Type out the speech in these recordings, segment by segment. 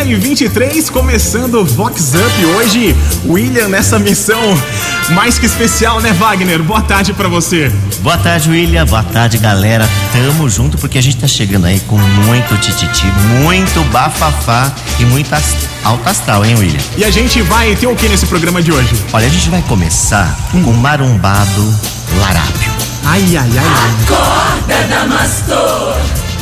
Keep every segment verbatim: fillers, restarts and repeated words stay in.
e vinte e três, começando o Vox Up. Hoje, William nessa missão mais que especial, né, Wagner? Boa tarde pra você. Boa tarde, William. Boa tarde, galera. Tamo junto porque a gente tá chegando aí com muito tititi, muito bafafá e muita alta astral, hein, William? E a gente vai ter o que nesse programa de hoje? Olha, a gente vai começar hum. com Marombado Larápio. Ai, ai, ai. Acorda, Damastor.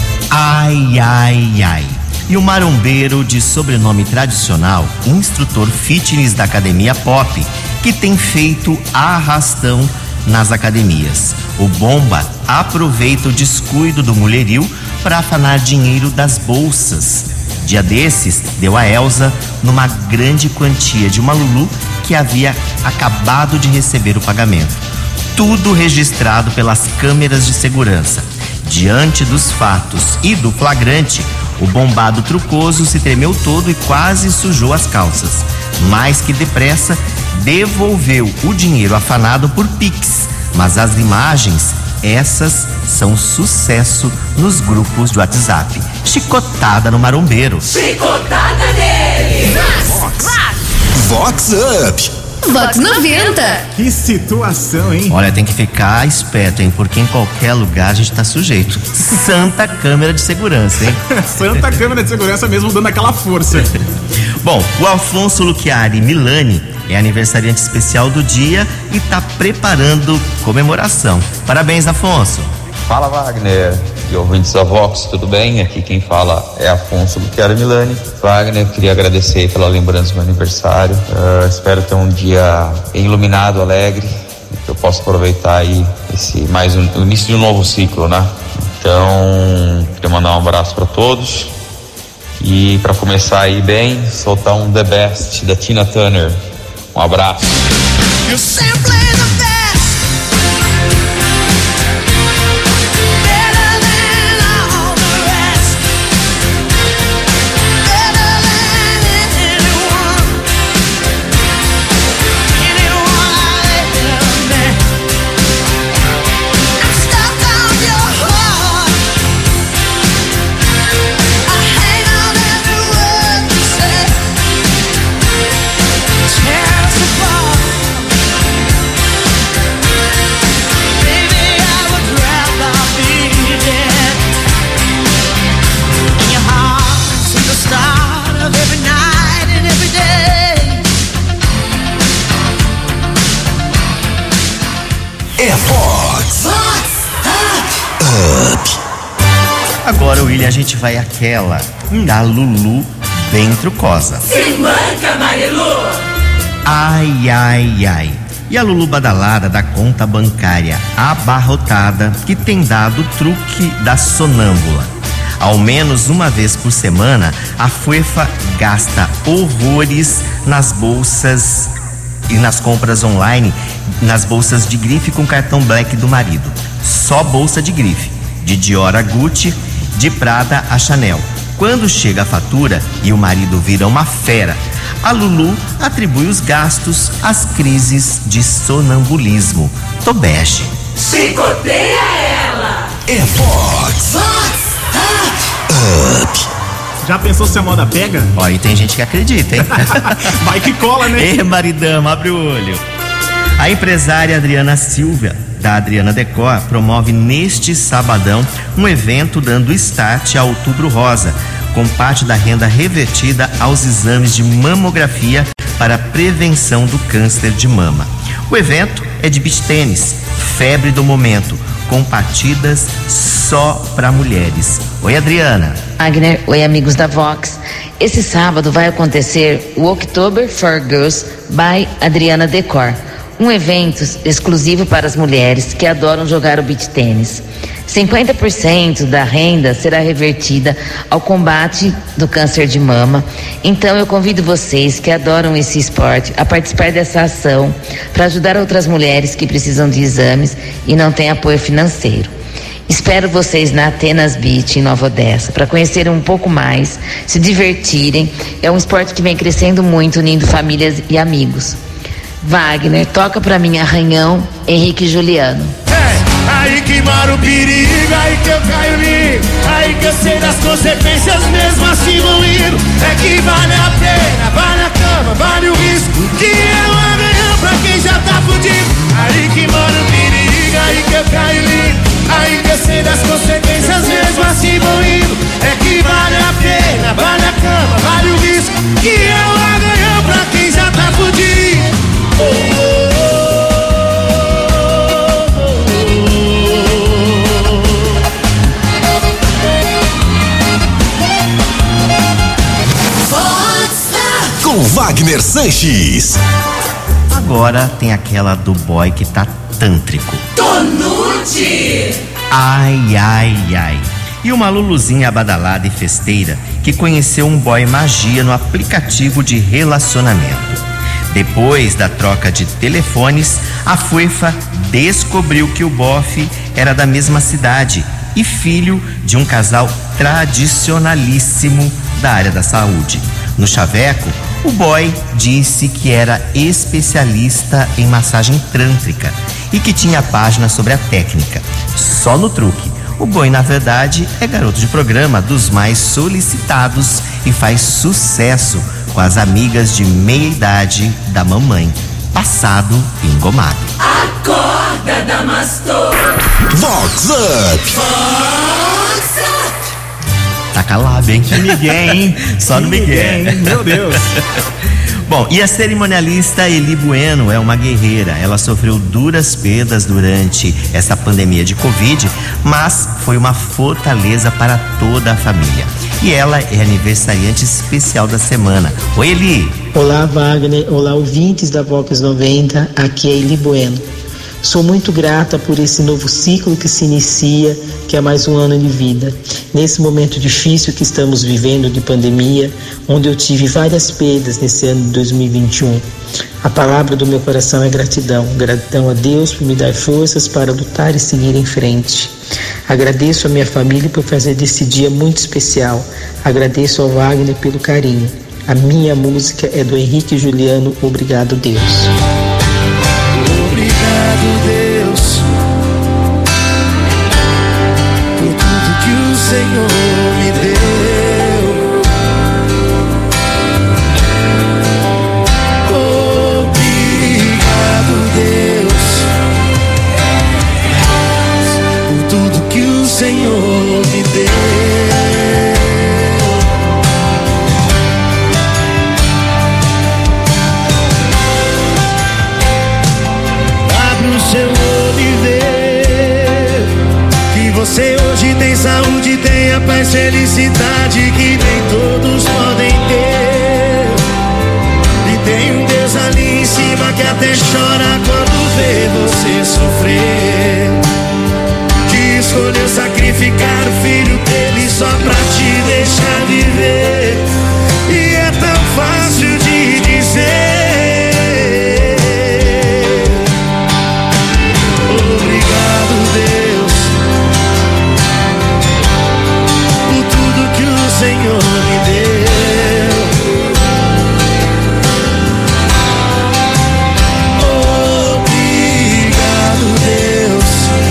Ai, ai, ai. E o marombeiro de sobrenome tradicional, instrutor fitness da Academia Pop, que tem feito arrastão nas academias. O Bomba aproveita o descuido do mulherio para afanar dinheiro das bolsas. Dia desses, deu a Elza numa grande quantia de uma Lulu que havia acabado de receber o pagamento. Tudo registrado pelas câmeras de segurança. Diante dos fatos e do flagrante, o bombado trucoso se tremeu todo e quase sujou as calças. Mais que depressa, devolveu o dinheiro afanado por Pix. Mas as imagens, essas são sucesso nos grupos de WhatsApp. Chicotada no marombeiro. Chicotada nele! Vox, Vox Up. Vox noventa. Que situação, hein? Olha, tem que ficar esperto, hein? Porque em qualquer lugar a gente tá sujeito. Santa câmera de segurança, hein? Santa câmera de segurança mesmo dando aquela força. Bom, o Alfonso Luchiari Milani é aniversariante especial do dia e tá preparando comemoração. Parabéns, Afonso. Fala, Wagner e ouvintes da Vox, tudo bem? Aqui quem fala é Afonso Luchiari Milani. Wagner, queria agradecer pela lembrança do meu aniversário. Uh, espero ter um dia bem iluminado, alegre, que eu possa aproveitar aí esse mais um, o início de um novo ciclo, né? Então, queria mandar um abraço para todos e para começar aí bem, soltar um The Best da Tina Turner. Um abraço. É Vox Up. Agora, William, a gente vai àquela hum. da Lulu bem trucosa. Se manca, Marilu. Ai, ai, ai. E a Lulu badalada da conta bancária abarrotada que tem dado o truque da sonâmbula. Ao menos uma vez por semana, a Fuefa gasta horrores nas bolsas e nas compras online, nas bolsas de grife com cartão Black do marido. Só bolsa de grife, de Dior a Gucci, de Prada a Chanel. Quando chega a fatura e o marido vira uma fera, a Lulu atribui os gastos às crises de sonambulismo. Tobege. Chicoteia ela. É Vox Up. Já pensou se a moda pega? Ó, e tem gente que acredita, hein? Vai que cola, né? Ê, maridão, abre o olho. A empresária Adriana Silva, da Adriana Decor, promove neste sabadão um evento dando start ao Outubro Rosa, com parte da renda revertida aos exames de mamografia para a prevenção do câncer de mama. O evento é de beach tênis, febre do momento, com partidas só para mulheres. Oi, Adriana. Wagner, oi, amigos da Vox. Esse sábado vai acontecer o October for Girls by Adriana Decor, um evento exclusivo para as mulheres que adoram jogar o beach tênis. cinquenta por cento da renda será revertida ao combate do câncer de mama. Então eu convido vocês que adoram esse esporte a participar dessa ação para ajudar outras mulheres que precisam de exames e não têm apoio financeiro. Espero vocês na Atenas Beach, em Nova Odessa, para conhecerem um pouco mais, se divertirem. É um esporte que vem crescendo muito, unindo famílias e amigos. Wagner, toca pra mim Arranhão, Henrique e Juliano. Hey! aí que mora o perigo, aí que eu caio lindo, aí que eu sei das consequências, mesmo assim vou indo. É que vale a pena, vale a cama, vale o risco, que é o amanhã pra quem já tá fudido. Aí que mora o perigo, aí que eu caio lindo, aí que eu sei das consequências, mesmo assim vou indo. É que vale a pena, vale a cama, vale o risco, que é o amanhã pra quem já tá fudido. Oh, oh, com Wagner Sanches. Agora tem aquela do boy que tá tântrico. Tonute! Ai, ai, ai. E uma luluzinha abadalada e festeira que conheceu um boy magia no aplicativo de relacionamento. Depois da troca de telefones, a Fuefa descobriu que o bofe era da mesma cidade e filho de um casal tradicionalíssimo da área da saúde. No chaveco, o boy disse que era especialista em massagem tântrica e que tinha página sobre a técnica. Só no truque, o boy na verdade é garoto de programa dos mais solicitados e faz sucesso com as amigas de meia idade da mamãe, passado e engomado. Acorda, Damastor! Vox Up! Vox Up! Tá calado, hein? Miguel, hein? Só no Miguel. Miguel, hein? Meu Deus. Bom, e a cerimonialista Eli Bueno é uma guerreira. Ela sofreu duras perdas durante essa pandemia de Covid, mas foi uma fortaleza para toda a família. E ela é aniversariante especial da semana. Oi, Eli. Olá, Wagner. Olá, ouvintes da Vox noventa. Aqui é Eli Bueno. Sou muito grata por esse novo ciclo que se inicia, que é mais um ano de vida. Nesse momento difícil que estamos vivendo de pandemia, onde eu tive várias perdas nesse ano de dois mil e vinte e um. A palavra do meu coração é gratidão. Gratidão a Deus por me dar forças para lutar e seguir em frente. Agradeço a minha família por fazer desse dia muito especial. Agradeço ao Wagner pelo carinho. A minha música é do Henrique Juliano, Obrigado, Deus. Obrigado, Deus, por tudo que o Senhor me deu. Obrigado, Deus, por tudo que o Senhor me deu. Seu olho e ver que você hoje tem saúde, tem a paz, felicidade que nem todos podem ter. E tem um Deus ali em cima que até chora quando vê você sofrer, que escolheu sacrificar o filho dele só pra te deixar viver. E é tão fácil de dizer: Deus, por tudo que o Senhor me deu. Obrigado, Deus,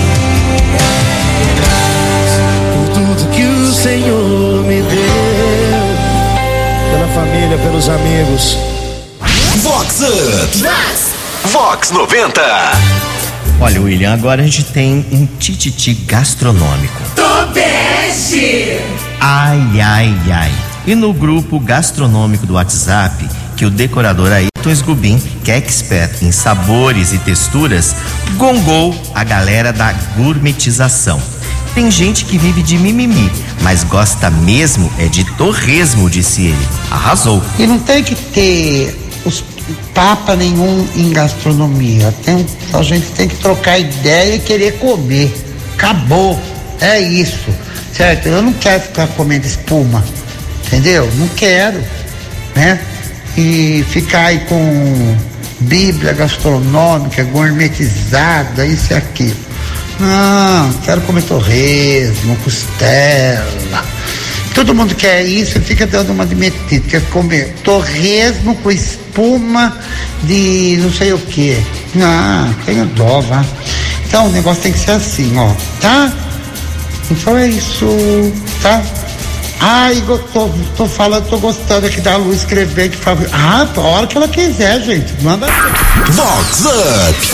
por tudo que o Senhor me deu. Pela família, pelos amigos. Vox Up! Vox noventa! Olha, William, agora a gente tem um tititi gastronômico. Tobeste! Ai, ai, ai. E no grupo gastronômico do WhatsApp, que o decorador Ayrton Esgubim, que é expert em sabores e texturas, gongou a galera da gourmetização. Tem gente que vive de mimimi, mas gosta mesmo é de torresmo, disse ele. Arrasou. E não tem que ter os papa nenhum em gastronomia. Tem, a gente tem que trocar ideia e querer comer. Acabou. É isso. Certo? Eu não quero ficar comendo espuma. Entendeu? Não quero. Né? E ficar aí com bíblia gastronômica, gourmetizada, isso e aquilo. Não, quero comer torresmo, costela. Todo mundo quer isso e fica dando uma de metido, quer comer torresmo com espuma de não sei o que. Não, tenho dó, vá. Então o negócio tem que ser assim, ó, tá? Então é isso, tá? Ai, eu tô, tô falando, tô gostando aqui da Lu escrever de favor. Ah, a hora que ela quiser, gente. Manda. Vox Up.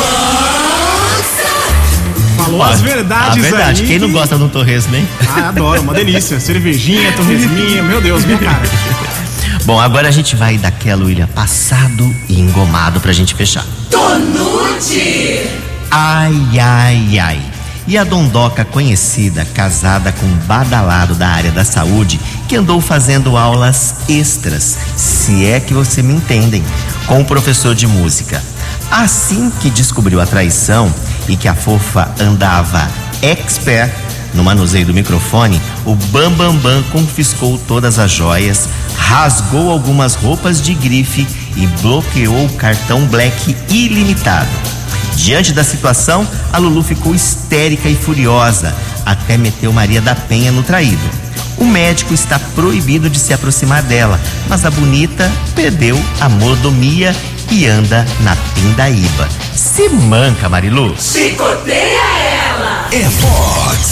Falou as verdades A verdade, aí. quem não gosta de um torresmo, hein? Ah, adoro, uma delícia. Cervejinha, torresminha, meu Deus, minha cara. Bom, agora a gente vai daquela, William, passado e engomado pra gente fechar. Tonute. Ai, ai, ai. E a dondoca conhecida, casada com um badalado da área da saúde, que andou fazendo aulas extras, se é que você me entendem, com o professor de música. Assim que descobriu a traição e que a fofa andava expert no manuseio do microfone, o Bambambam Bam Bam confiscou todas as joias, rasgou algumas roupas de grife e bloqueou o cartão Black ilimitado. Diante da situação, a Lulu ficou histérica e furiosa, até meteu Maria da Penha no traído. O médico está proibido de se aproximar dela, mas a bonita perdeu a mordomia e anda na pindaíba. Se manca, Marilu. Chicoteia ela. É Vox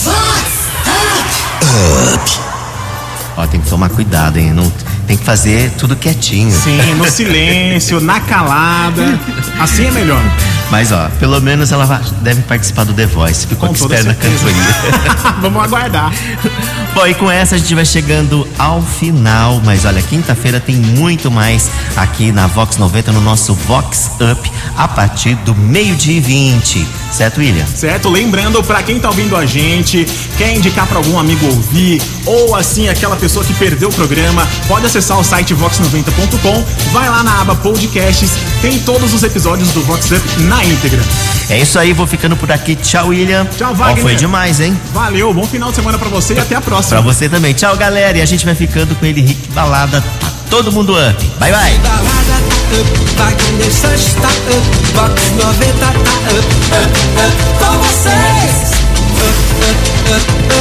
Up. Ó, tem que tomar cuidado, hein? Não, tem que fazer tudo quietinho. Sim, no silêncio, na calada. Assim é melhor. Mas, ó, pelo menos ela vai, deve participar do The Voice. Ficou Com toda esperto na certeza. cantoria. Vamos aguardar. Bom, e com essa a gente vai chegando ao final. Mas olha, quinta-feira tem muito mais aqui na Vox noventa, no nosso Vox Up, a partir do meio-dia e vinte. Certo, William? Certo? Lembrando, pra quem tá ouvindo a gente, quer indicar pra algum amigo ouvir, ou assim, aquela pessoa que perdeu o programa, pode acessar o site vox noventa ponto com, vai lá na aba Podcasts, tem todos os episódios do Vox Up na íntegra. É isso aí, vou ficando por aqui. Tchau, William. Tchau, Wagner. Ó, foi demais, hein? Valeu, bom final de semana pra você e até a Pra próxima. você também. Tchau, galera. E a gente vai ficando com ele, Rick Balada. Tá todo mundo up. Bye, bye. Balada tá up, Wagner Sanches tá up, Vox noventa tá up, up, up, com vocês. Up, up, up, up.